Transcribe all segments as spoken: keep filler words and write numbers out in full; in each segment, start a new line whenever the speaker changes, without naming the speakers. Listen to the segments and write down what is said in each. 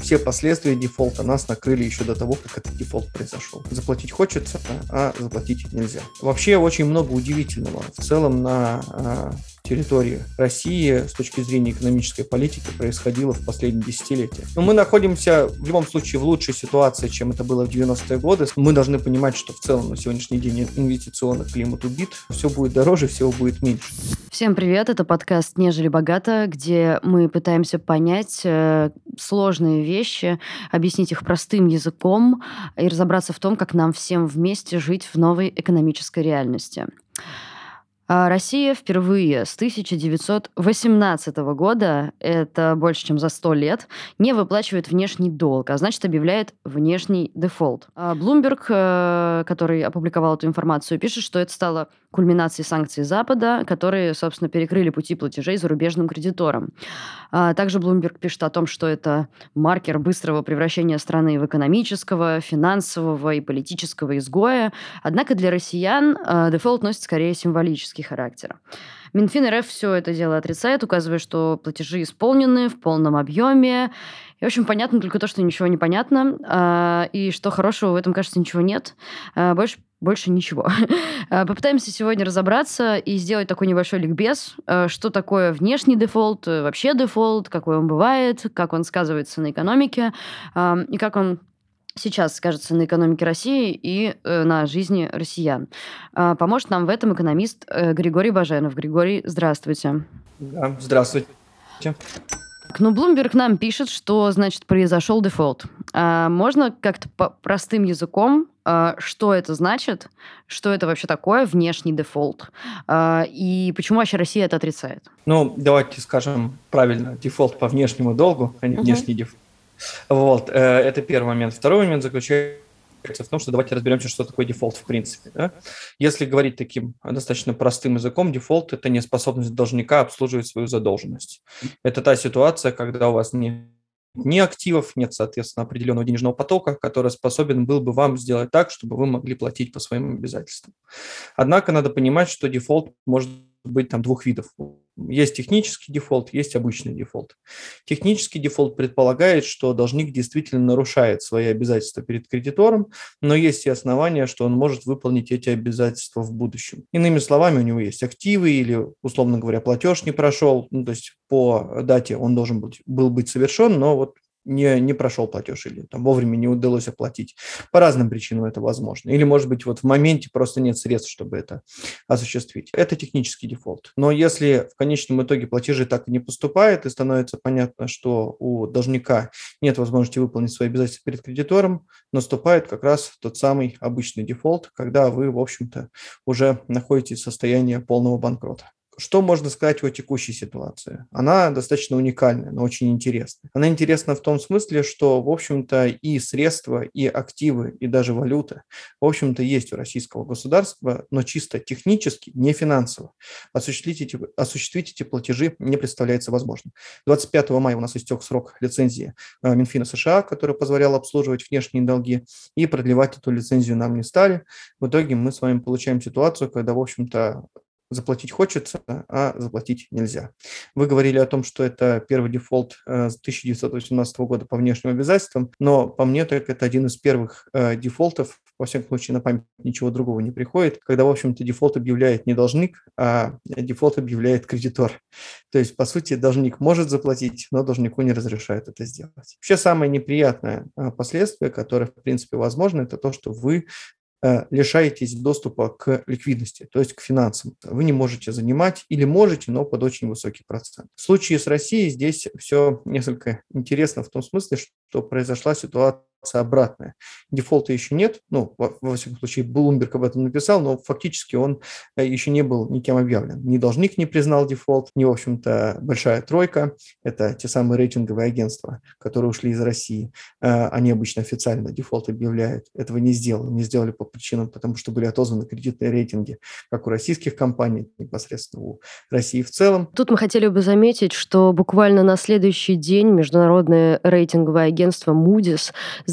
все последствия дефолта нас накрыли еще до того, как этот дефолт произошел. Заплатить хочется, а заплатить нельзя. Вообще очень много удивительного в целом на а, территории России с точки зрения экономической политики происходило в последние десятилетия. Но мы находимся в любом случае в лучшей ситуации, чем это было в девяностые годы. Мы должны понимать, что в целом на сегодняшний день инвестиционный климат убит, все будет дороже, всего будет меньше.
Всем привет, это подкаст «Нежели богато», где мы пытаемся понять э, сложные вещи, объяснить их простым языком и разобраться в том, как нам всем вместе жить в новой экономической реальности. А Россия впервые с тысяча девятьсот восемнадцатого года, это больше, чем за сто лет, не выплачивает внешний долг, а значит, объявляет внешний дефолт. А Bloomberg, э, который опубликовал эту информацию, пишет, что это стало кульминацией санкций Запада, которые, собственно, перекрыли пути платежей зарубежным кредиторам. А Также Bloomberg пишет о том, что это маркер быстрого превращения страны в экономического, финансового и политического изгоя. Однако для россиян э, дефолт носит скорее символический характер. Минфин РФ все это дело отрицает, указывая, что платежи исполнены в полном объеме. И, в общем, понятно только то, что ничего не понятно, а, и что хорошего в этом, кажется, ничего нет. А, Больше больше ничего. А, Попытаемся сегодня разобраться и сделать такой небольшой ликбез, а, что такое внешний дефолт, э, вообще дефолт, какой он бывает, как он сказывается на экономике, а, и как он сейчас скажется на экономике России и э, на жизни россиян. А, Поможет нам в этом экономист э, Григорий Баженов. Григорий, здравствуйте.
Да, здравствуйте.
Ну, Bloomberg нам пишет, что, значит, произошел дефолт. А можно как-то по простым языком, а, что это значит, что это вообще такое внешний дефолт, а, и почему вообще Россия это отрицает?
Ну, давайте скажем правильно, дефолт по внешнему долгу, а не
Мгм.
внешний дефолт. Вот, э, это первый момент. Второй момент заключается в том, что давайте разберемся, что такое дефолт в принципе. Да? Если говорить таким достаточно простым языком, дефолт – это неспособность должника обслуживать свою задолженность. Это та ситуация, когда у вас нет ни активов, нет, соответственно, определенного денежного потока, который способен был бы вам сделать так, чтобы вы могли платить по своим обязательствам. Однако надо понимать, что дефолт может быть там двух видов. Есть технический дефолт, есть обычный дефолт. Технический дефолт предполагает, что должник действительно нарушает свои обязательства перед кредитором, но есть и основания, что он может выполнить эти обязательства в будущем. Иными словами, у него есть активы или, условно говоря, платеж не прошел, ну, то есть по дате он должен быть, был быть совершен, но вот не, не прошел платеж или там вовремя не удалось оплатить. По разным причинам это возможно. Или, может быть, вот в моменте просто нет средств, чтобы это осуществить. Это технический дефолт. Но если в конечном итоге платежи так и не поступают, и становится понятно, что у должника нет возможности выполнить свои обязательства перед кредитором, наступает как раз тот самый обычный дефолт, когда вы, в общем-то, уже находитесь в состоянии полного банкрота. Что можно сказать о текущей ситуации? Она достаточно уникальная, но очень интересная. Она интересна в том смысле, что, в общем-то, и средства, и активы, и даже валюта, в общем-то, есть у российского государства, но чисто технически, не финансово. Осуществить эти, осуществить эти платежи не представляется возможным. двадцать пятого мая у нас истек срок лицензии э, Минфина США, который позволял обслуживать внешние долги, и продлевать эту лицензию нам не стали. В итоге мы с вами получаем ситуацию, когда, в общем-то, заплатить хочется, а заплатить нельзя. Вы говорили о том, что это первый дефолт э, с тысяча девятьсот восемнадцатого года по внешним обязательствам, но по мне так это один из первых э, дефолтов, во всяком случае на память ничего другого не приходит, когда, в общем-то, дефолт объявляет не должник, а дефолт объявляет кредитор. То есть, по сути, должник может заплатить, но должнику не разрешают это сделать. Вообще самое неприятное э, последствие, которое, в принципе, возможно, это то, что вы лишаетесь доступа к ликвидности, то есть к финансам. Вы не можете занимать или можете, но под очень высокий процент. В случае с Россией здесь все несколько интересно в том смысле, что произошла ситуация обратная. Дефолта еще нет, ну, во, во всяком случае, Bloomberg об этом написал, но фактически он еще не был никем объявлен. Ни должник не признал дефолт, ни, в общем-то, большая тройка, это те самые рейтинговые агентства, которые ушли из России, они обычно официально дефолт объявляют. Этого не сделали, не сделали по причинам, потому что были отозваны кредитные рейтинги, как у российских компаний, непосредственно у России в целом.
Тут мы хотели бы заметить, что буквально на следующий день международное рейтинговое агентство Moody's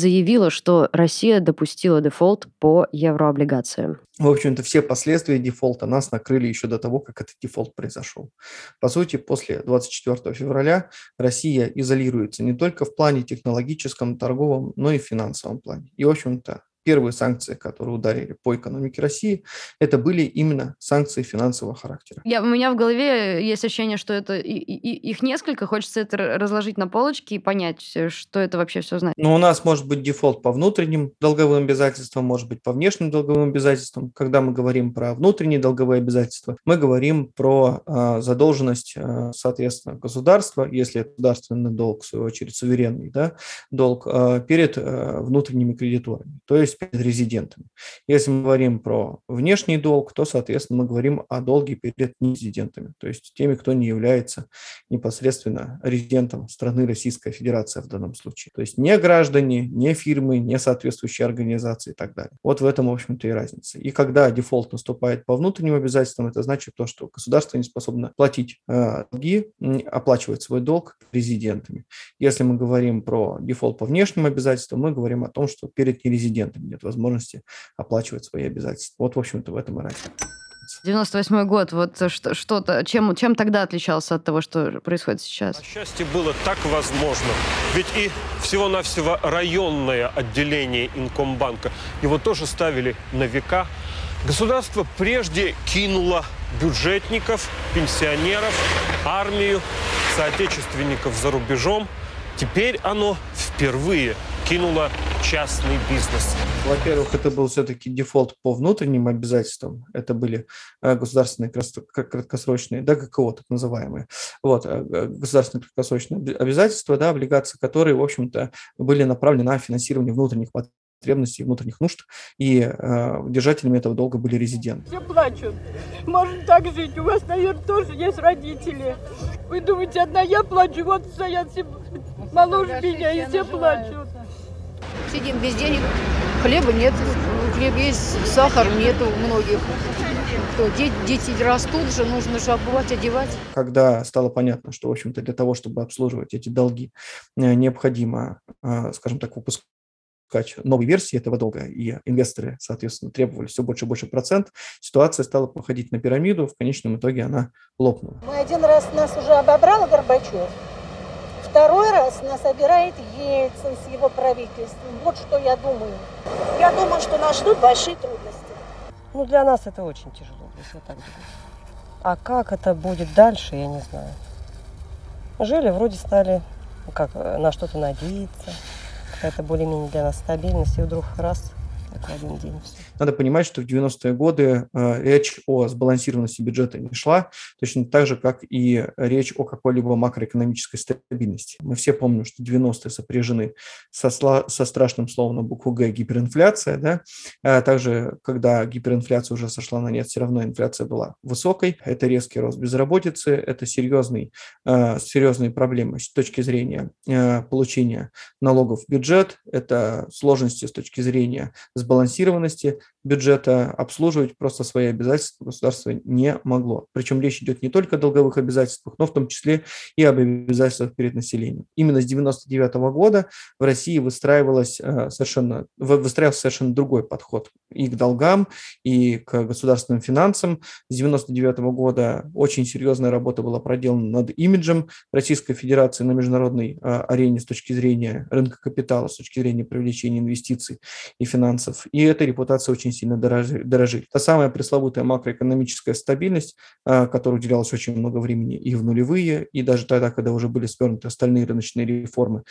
заявила, что Россия допустила дефолт по еврооблигациям.
В общем-то, все последствия дефолта нас накрыли еще до того, как этот дефолт произошел. По сути, после двадцать четвёртого февраля Россия изолируется не только в плане технологическом, торговом, но и в финансовом плане. И, в общем-то, первые санкции, которые ударили по экономике России, это были именно санкции финансового характера.
Я, у меня в голове есть ощущение, что это и- и- их несколько, хочется это р- разложить на полочки и понять, э, что это вообще все значит.
Но у нас может быть дефолт по внутренним долговым обязательствам, может быть по внешним долговым обязательствам. Когда мы говорим про внутренние долговые обязательства, мы говорим про а, задолженность, а, соответственно, государства, если это государственный долг, в свою очередь суверенный, да, долг а, перед а, внутренними кредиторами, то есть перед резидентами. Если мы говорим про внешний долг, то, соответственно, мы говорим о долге перед нерезидентами, то есть теми, кто не является непосредственно резидентом страны Российская Федерация в данном случае. То есть не граждане, не фирмы, не соответствующие организации и так далее. Вот в этом, в общем-то, и разница. И когда дефолт наступает по внутренним обязательствам, это значит то, что государство не способно платить э, долги, оплачивать свой долг резидентами. Если мы говорим про дефолт по внешним обязательствам, мы говорим о том, что перед нерезидентами нет возможности оплачивать свои обязательства. Вот, в общем-то, в этом и разница.
девяносто восьмой год, вот что- что-то, чем, чем тогда отличался от того, что происходит сейчас?
А счастье было так возможно. Ведь и всего-навсего районное отделение Инкомбанка, его тоже ставили на века. Государство прежде кинуло бюджетников, пенсионеров, армию, соотечественников за рубежом. Теперь оно впервые кинуло частный бизнес.
Во-первых, это был все-таки дефолт по внутренним обязательствам. Это были э, государственные крас- к- краткосрочные, да, ГКО так называемые. Вот, э, э, государственные краткосрочные об- обязательства, да, облигации, которые, в общем-то, были направлены на финансирование внутренних потребностей, внутренних нужд, и э, держателями этого долга были резиденты.
Все плачут. Можно так жить. У вас, наверное, тоже есть родители. Вы думаете, одна я плачу, вот стоят все моложе меня, и все плачут.
Сидим без денег, хлеба нет, хлеб есть, сахар нету у многих. Кто, дети, дети растут же, нужно же обувать, одевать.
Когда стало понятно, что, в общем-то, для того, чтобы обслуживать эти долги, э, необходимо, э, скажем так, выпускать новые версии этого долга, и инвесторы, соответственно, требовали все больше и больше процент, ситуация стала походить на пирамиду, в конечном итоге она лопнула.
Мы один раз нас уже обобрал Горбачев, второй раз нас обирает Ельцин с его правительством. Вот что я думаю. Я думаю, что нас ждут большие трудности.
Ну, для нас это очень тяжело, если так думать. А как это будет дальше, я не знаю. Жили, вроде стали, ну, как на что-то надеяться. Это более-менее для нас стабильность, и вдруг раз, так в один день все.
Надо понимать, что в девяностые годы э, речь о сбалансированности бюджета не шла, точно так же, как и речь о какой-либо макроэкономической стабильности. Мы все помним, что девяностые сопряжены со, сла- со страшным словом на букву «Г» гиперинфляция. Да? А также, когда гиперинфляция уже сошла на нет, все равно инфляция была высокой. Это резкий рост безработицы, это серьезный, э, серьезные проблемы с точки зрения э, получения налогов в бюджет, это сложности с точки зрения сбалансированности бюджета, обслуживать просто свои обязательства государство не могло. Причем речь идет не только о долговых обязательствах, но в том числе и об обязательствах перед населением. Именно с девяносто девятого года в России выстраивалась совершенно, выстраивался совершенно другой подход и к долгам, и к государственным финансам. С девяносто девятого года очень серьезная работа была проделана над имиджем Российской Федерации на международной арене с точки зрения рынка капитала, с точки зрения привлечения инвестиций и финансов. И эта репутация очень сильно дорожит. Та самая пресловутая макроэкономическая стабильность, которой уделялось очень много времени и в нулевые, и даже тогда, когда уже были свернуты остальные рыночные реформы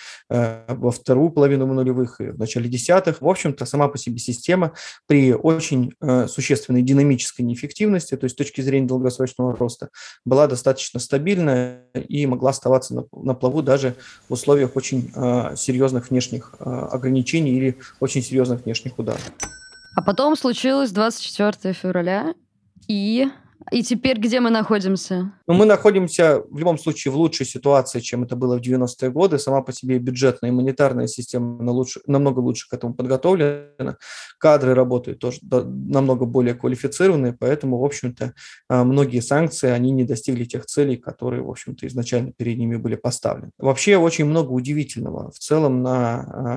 во вторую половину нулевых и в начале десятых. В общем-то, сама по себе система при очень существенной динамической неэффективности, то есть с точки зрения долгосрочного роста, была достаточно стабильна и могла оставаться на, на плаву даже в условиях очень серьезных внешних ограничений или очень серьезных внешних ударов.
А потом случилось двадцать четвёртого февраля, и... И теперь где мы находимся?
Но мы находимся в любом случае в лучшей ситуации, чем это было в девяностые годы. Сама по себе бюджетная и монетарная система на лучше, намного лучше к этому подготовлена. Кадры работают тоже намного более квалифицированные, поэтому, в общем-то, многие санкции, они не достигли тех целей, которые, в общем-то, изначально перед ними были поставлены. Вообще очень много удивительного в целом на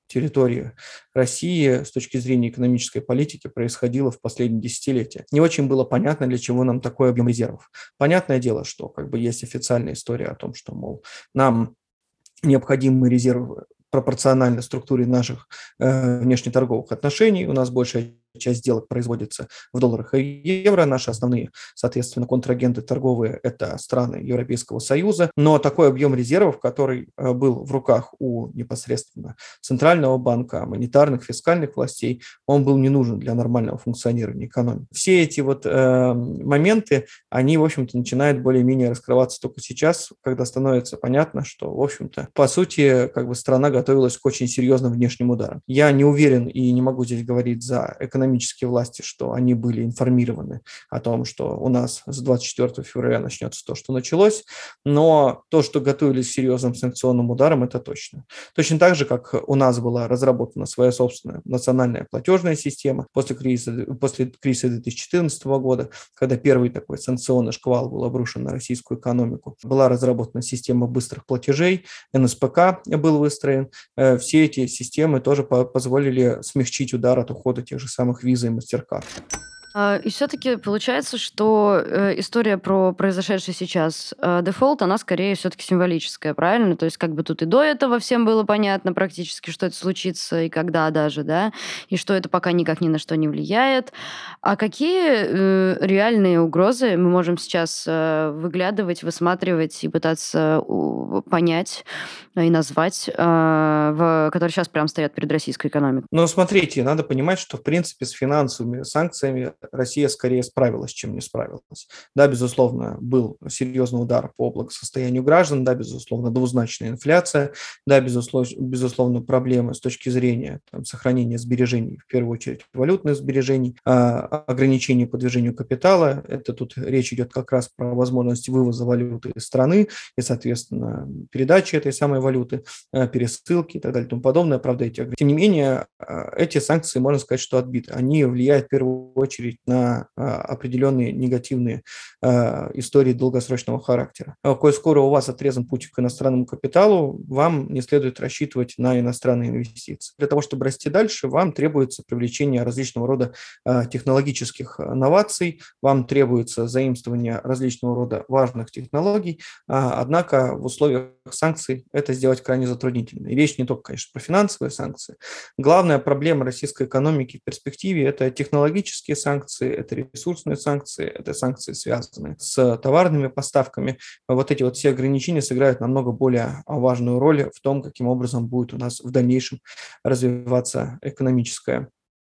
территории России с точки зрения экономической политики происходило в последние десятилетия. Не очень было понятно, для чего нам такой объем резервов. Понятное дело, что как бы есть официальная история о том, что, мол, нам необходимые резервы пропорционально структуре наших э, внешнеторговых отношений. У нас большая часть сделок производится в долларах и евро. Наши основные, соответственно, контрагенты торговые – это страны Европейского Союза. Но такой объем резервов, который э, был в руках у непосредственно Центрального банка, монетарных, фискальных властей, он был не нужен для нормального функционирования экономики. Все эти вот э, моменты, они, в общем-то, начинают более-менее раскрываться только сейчас, когда становится понятно, что, в общем-то, по сути, как бы страна готовилась к очень серьезным внешним ударам. Я не уверен и не могу здесь говорить за экономические власти, что они были информированы о том, что у нас с двадцать четвёртого февраля начнется то, что началось, но то, что готовились к серьезным санкционным ударам, это точно. Точно так же, как у нас была разработана своя собственная национальная платежная система после кризиса, после кризиса две тысячи четырнадцатого года, когда первый такой санкционный шквал был обрушен на российскую экономику, была разработана система быстрых платежей, эн эс пэ ка был выстроен. Все эти системы тоже позволили смягчить удар от ухода тех же самых Visa и MasterCard.
И все-таки получается, что э, история про произошедший сейчас э, дефолт, она скорее все-таки символическая, правильно? То есть как бы тут и до этого всем было понятно практически, что это случится и когда даже, да, и что это пока никак ни на что не влияет. А какие э, реальные угрозы мы можем сейчас э, выглядывать, высматривать и пытаться э, понять и назвать, э, в, которые сейчас прям стоят перед российской экономикой?
Но смотрите, надо понимать, что в принципе с финансовыми санкциями Россия скорее справилась, чем не справилась. Да, безусловно, был серьезный удар по благосостоянию граждан, да, безусловно, двузначная инфляция, да, безусловно, безусловно проблемы с точки зрения там, сохранения сбережений, в первую очередь валютных сбережений, а, ограничений по движению капитала. Это тут речь идет как раз про возможность вывоза валюты из страны и, соответственно, передачи этой самой валюты, пересылки и так далее и тому подобное. Правда, эти, тем не менее, эти санкции, можно сказать, что отбиты. Они влияют в первую очередь на а, определенные негативные а, истории долгосрочного характера. А, коль скоро у вас отрезан путь к иностранному капиталу, вам не следует рассчитывать на иностранные инвестиции. Для того, чтобы расти дальше, вам требуется привлечение различного рода а, технологических новаций, вам требуется заимствование различного рода важных технологий, а, однако в условиях санкций это сделать крайне затруднительно. И речь не только, конечно, про финансовые санкции. Главная проблема российской экономики в перспективе – это технологические санкции, это ресурсные санкции, это санкции, связанные с товарными поставками. Вот эти вот все ограничения сыграют намного более важную роль в том, каким образом будет у нас в дальнейшем развиваться экономическая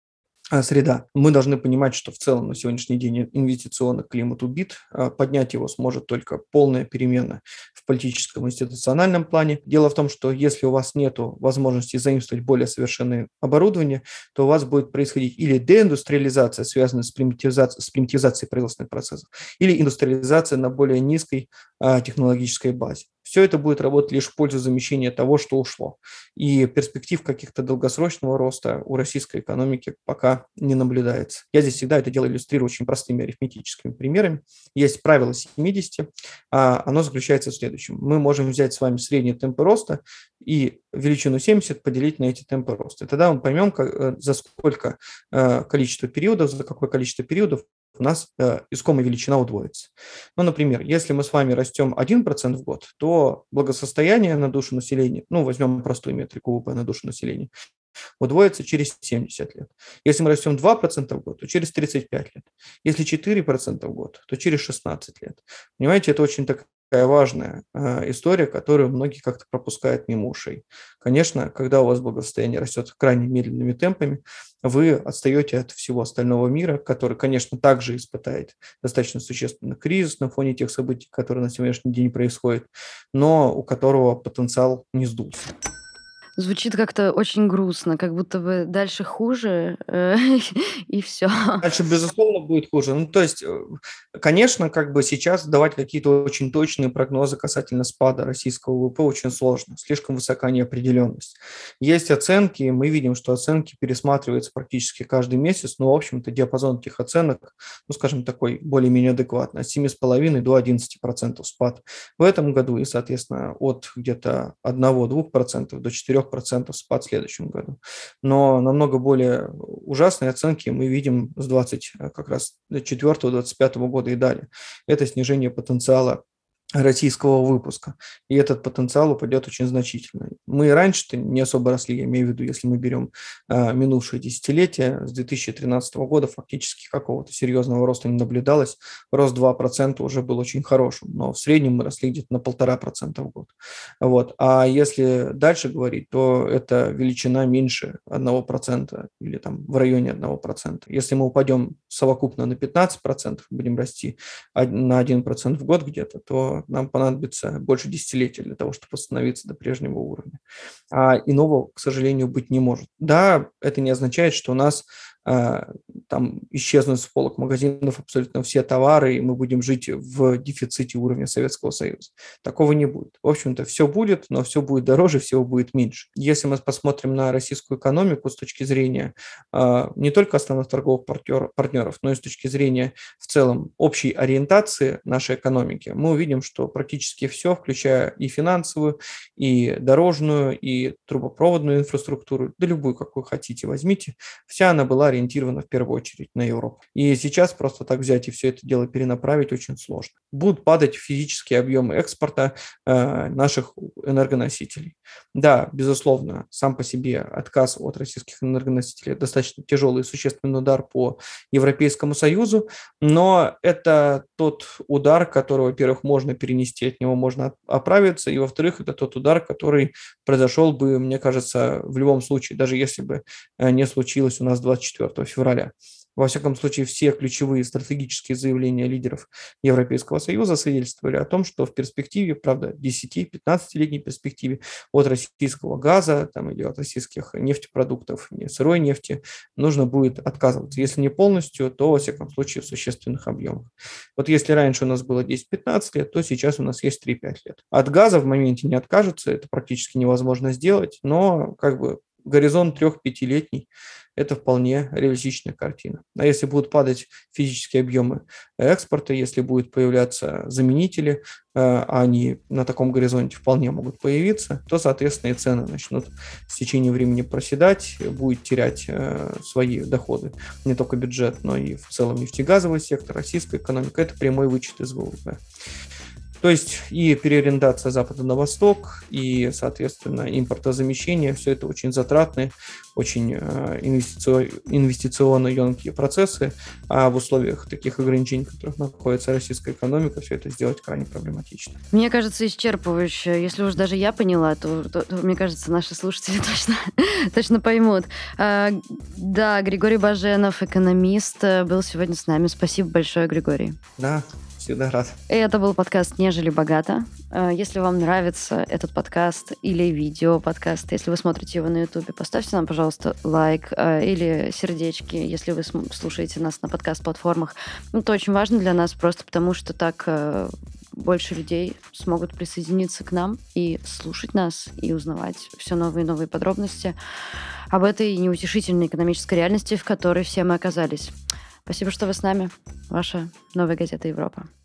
среда. Мы должны понимать, что в целом на сегодняшний день инвестиционный климат убит. Поднять его сможет только полная перемена в политическом и институциональном плане. Дело в том, что если у вас нет возможности заимствовать более совершенное оборудование, то у вас будет происходить или деиндустриализация, связанная с примитивизацией, с примитивизацией производственных процессов, или индустриализация на более низкой а, технологической базе. Все это будет работать лишь в пользу замещения того, что ушло. И перспектив каких-то долгосрочного роста у российской экономики пока не наблюдается. Я здесь всегда это дело иллюстрирую очень простыми арифметическими примерами. Есть правило семидесяти, а оно заключается в следующем. Мы можем взять с вами средние темпы роста и величину семьдесят поделить на эти темпы роста. И тогда мы поймем, как, за сколько количество периодов, за какое количество периодов у нас э, искомая величина удвоится. Ну, например, если мы с вами растем один процент в год, то благосостояние на душу населения, ну, возьмем простую метрику вэ вэ пэ на душу населения, удвоится через семьдесят лет. Если мы растем два процента в год, то через тридцать пять лет. Если четыре процента в год, то через шестнадцать лет. Понимаете, это очень такая важная э, история, которую многие как-то пропускают мимо ушей. Конечно, когда у вас благосостояние растет крайне медленными темпами, вы отстаете от всего остального мира, который, конечно, также испытает достаточно существенный кризис на фоне тех событий, которые на сегодняшний день происходят, но у которого потенциал не сдулся.
Звучит как-то очень грустно, как будто бы дальше хуже, э, и все.
Дальше, безусловно, будет хуже. Ну, то есть, конечно, как бы сейчас давать какие-то очень точные прогнозы касательно спада российского вэ вэ пэ очень сложно, слишком высока неопределенность. Есть оценки, мы видим, что оценки пересматриваются практически каждый месяц, но, в общем-то, диапазон этих оценок, ну, скажем, такой более-менее адекватный, от семи целых пяти десятых до одиннадцати процентов спад в этом году и, соответственно, от где-то одного-двух процентов до четырёх сорок процентов спад в следующем году. Но намного более ужасные оценки мы видим с двадцать как раз четвёртого — двадцать пятого года и далее. Это снижение потенциала российского выпуска. И этот потенциал упадет очень значительно. Мы и раньше-то не особо росли, я имею в виду, если мы берем а, минувшее десятилетие, с две тысячи тринадцатого года фактически какого-то серьезного роста не наблюдалось. Рост два процента уже был очень хорошим, но в среднем мы росли где-то на полтора процента в год. Вот. А если дальше говорить, то это величина меньше одного процента или там в районе одного процента. Если мы упадем совокупно на пятнадцать процентов, будем расти на один процент в год где-то, то нам понадобится больше десятилетий для того, чтобы восстановиться до прежнего уровня. А иного, к сожалению, быть не может. Да, это не означает, что у нас а, там исчезнут с полок магазинов абсолютно все товары, и мы будем жить в дефиците уровня Советского Союза. Такого не будет. В общем-то, все будет, но все будет дороже, всего будет меньше. Если мы посмотрим на российскую экономику с точки зрения а, не только основных торговых партнер, партнеров, но и с точки зрения в целом общей ориентации нашей экономики, мы увидим, что практически все, включая и финансовую, и дорожную, и трубопроводную инфраструктуру, да любую, какую хотите, возьмите, вся она была ориентирована в первую очередь на Европу. И сейчас просто так взять и все это дело перенаправить очень сложно. Будут падать физические объемы экспорта э, наших энергоносителей. Да, безусловно, сам по себе отказ от российских энергоносителей достаточно тяжелый и существенный удар по Европейскому Союзу, но это тот удар, который, во-первых, можно перенести, от него можно оправиться, и, во-вторых, это тот удар, который произошел бы, мне кажется, в любом случае, даже если бы не случилось у нас двадцать четвёртого февраля. Во всяком случае, все ключевые стратегические заявления лидеров Европейского Союза свидетельствовали о том, что в перспективе, правда, десяти-пятнадцатилетней перспективе от российского газа там, или от российских нефтепродуктов, сырой нефти нужно будет отказываться. Если не полностью, то, во всяком случае, в существенных объемах. Вот если раньше у нас было десять-пятнадцать лет, то сейчас у нас есть три-пять лет. От газа в моменте не откажутся, это практически невозможно сделать, но как бы горизонт трех-пятилетний – это вполне реалистичная картина. А если будут падать физические объемы экспорта, если будут появляться заменители, а они на таком горизонте вполне могут появиться, то, соответственно, и цены начнут в течение времени проседать, будет терять свои доходы. Не только бюджет, но и в целом нефтегазовый сектор, российская экономика – это прямой вычет из ВВП. То есть и переориентация Запада на Восток, и, соответственно, импортозамещение, все это очень затратные, очень инвестиционно емкие процессы, а в условиях таких ограничений, в которых находится российская экономика, все это сделать крайне проблематично.
Мне кажется, исчерпывающе. Если уж даже я поняла, то, то, то мне кажется, наши слушатели точно, точно поймут. А, да, Григорий Баженов, экономист, был сегодня с нами. Спасибо большое, Григорий.
Да. Всегда рад.
Это был подкаст «Нежели богато». Если вам нравится этот подкаст или видео подкаст, если вы смотрите его на Ютубе, поставьте нам, пожалуйста, лайк или сердечки, если вы слушаете нас на подкаст-платформах. Это очень важно для нас, просто потому что так больше людей смогут присоединиться к нам и слушать нас, и узнавать все новые и новые подробности об этой неутешительной экономической реальности, в которой все мы оказались. Спасибо, что вы с нами. Ваша «Новая газета Европа».